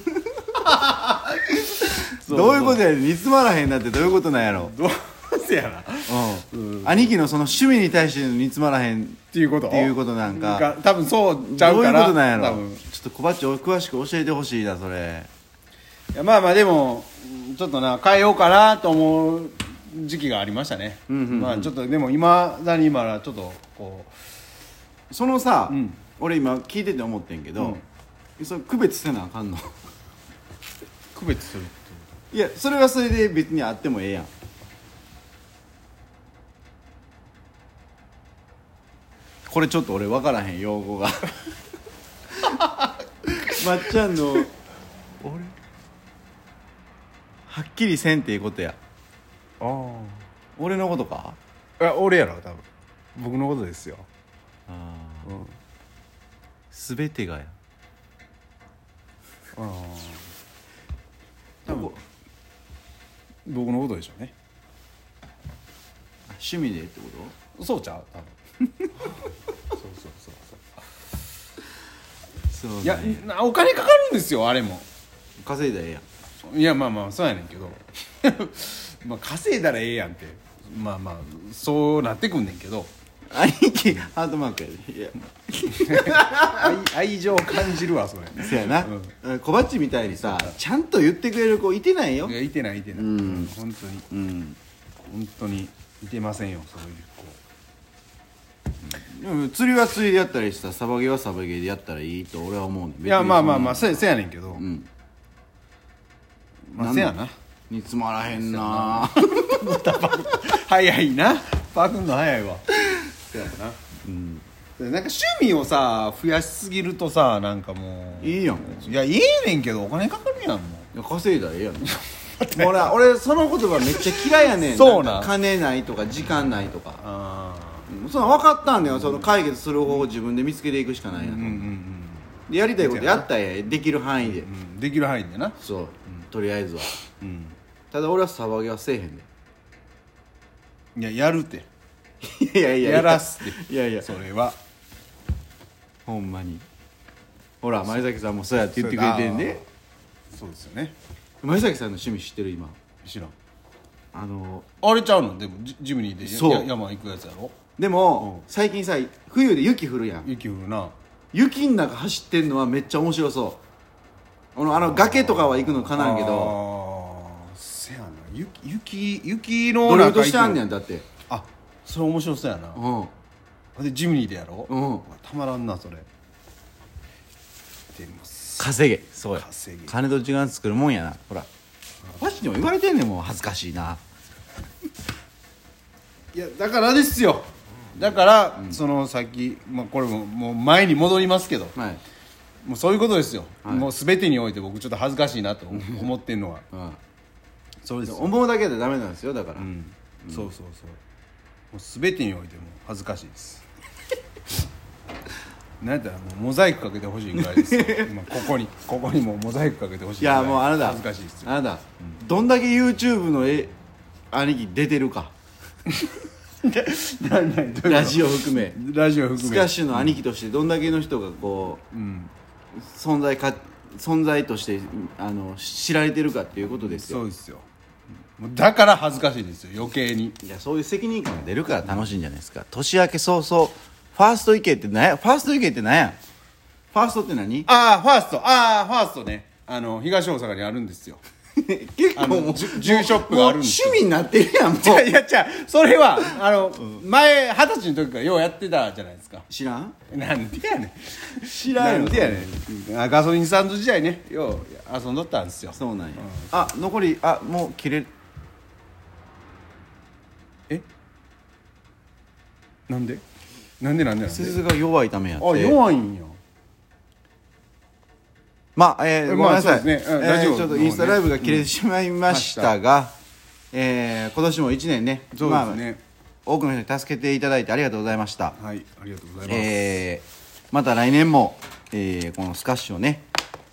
どういうことやねん煮詰まらへんなってどういうことなんやろどうせやな、 うんうん、兄貴のその趣味に対しての煮詰まらへんっていうことっていうことなんか多分そうちゃうからどういうことなんやろちょっと小バッチ詳しく教えてほしいなそれいやまあまあでもちょっとな変えようかなと思う時期がありましたね、うんうんうん、まあちょっとでも今だに今ちょっとこうそのさ、うん、俺今聞いてて思ってんけど、うん、それ区別せなあかんの区別するっていやそれはそれで別にあってもええやんこれちょっと俺分からへん用語がまっちゃんの俺はっきりせんっていうことやああ俺のことかいや俺やろ多分僕のことですよああ、うん、全てがやああ多分僕のことでしょうね趣味でってことそうちゃう多分そうそうそうそうそう、ね、いやお金かかるんですよあれも稼いだらええやんいやまあまあそうやねんけどまあ稼いだらええやんってまあまあそうなってくんねんけど兄貴ハートマークやでいや愛, 愛情感じるわそれそうやな、うん、小バッチみたいにさちゃんと言ってくれる子いてないよいやいてないいてない、うん、本当に、うん、本当にいてませんよそういう子、うん、でも釣りは釣りでやったりしたサバゲーはサバゲーでやったらいいと俺は思うんでいやまあまあまあせ, せやねんけど、うんまあ、せやな煮詰まらへんな早いなパクんの早いわせやな、うん、なんか趣味をさ増やしすぎるとさなんかもういいやんいやいいねんけどお金かかるやんもういや稼いだらええやん俺, 俺その言葉めっちゃ嫌いやねんそうな金ないとか時間ないとかあその分かったんだよ、うん、その解決する方法を自分で見つけていくしかないやん、うんうんうん、でやりたいことやったらできる範囲で、うん、 できる範囲でなそう、うん、とりあえずは、うん、ただ俺はサバゲーはせえへんでいややるっていやいややらすっていやいやそれはほんまにほら前崎さんもそうやって言ってくれてんで。 そうですよね。 前崎さんの趣味知ってる？今知らん。 あのあれちゃうの？でもジジムニーでそうや山行くやつやろ。 でも、うん、最近さ冬で雪降るやん。 雪降るな。 雪の中走ってんのはめっちゃ面白そう。あのあの崖とかは行くのかなんけど、 あせやな、雪雪雪のドリフトしてあんねやん。だって。 あ、それ面白そうやな。うんでジムニーでやろ。うんたまらんなそれ。出ます。 稼げ。そうや稼げ。 金と時間作るもんやな。ほらわしにも言われてんねん。もう恥ずかしいな。 いやだからですよ。だから、うん、そのさっき、まあ、これももう前に戻りますけど、はい、もうそういうことですよ、はい、もう全てにおいて僕ちょっと恥ずかしいなと思ってんのは、うん、 そうです。思うだけでダメなんですよ。だから、うんうん、そうそうそうもう全てにおいても恥ずかしいですなんだろう、モザイクかけてほしいぐらいですよ今ここにここにもモザイクかけてほしいぐらい。 いやもうあなた恥ずかしいですよ。 あなた、うん、どんだけ YouTube のえ兄貴出てるかラジオ含めラジオ含めスカッシュの兄貴としてどんだけの人がこう、うん、存在か存在としてあの知られてるかっていうことですよ。 そうですよ。だから恥ずかしいですよ余計に。 いやそういう責任感が出るから楽しいんじゃないですか。年明け早々ファーストイケって何や。ファーストイケって何や。ファーストって何？ ああファーストああファーストね、あの東大阪にあるんですよ結構もうジュショップがあるんですよ。 趣味になってるやんもう。 いやじゃそれはあの、うん、前二十歳の時からようやってたじゃないですか。 知らん？ なんでやねん知らんよ。 なんでやねん。ガソリンスタンド時代ねよう遊んどったんですよ。 そうなんや、うん、あ残りあもう切れる。 えなんでなんでなんでなんで鈴が弱いためやって。 あ弱いんや。 まあ、えー、ごめんなさい、 まあねうんえー、 ちょっとインスタライブが切れてしまいましたが、うんえー、今年もいちねんね、 そうですね、 まあ、多くの人に助けていただいてありがとうございました。 はい、ありがとうございます。 えー、また来年も、えー、このスカッシュをね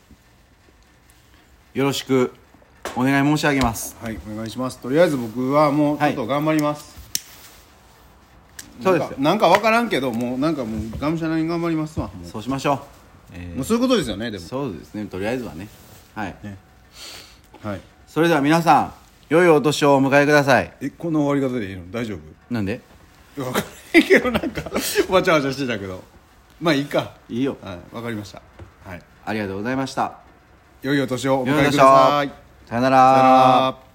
よろしくお願い申し上げます。 はい、お願いします。とりあえず僕はもうちょっと頑張ります、はい、そうですよ。なんか分からんけどもうなんかもうがむしゃらに頑張りますわ。もうそうしましょう。 えー、もうそういうことですよね。でもそうですね、とりあえずはね。はい、ね、 はい、 それでは皆さん良いお年をお迎えください。 えこんな終わり方でいいの？大丈夫？ なんで？ 分からないけどなんかわちゃわちゃしてたけどまあいいか。 いいよ。 はい、分かりました。はい、 ありがとうございました。 良いお年をお迎えください。 さよなら。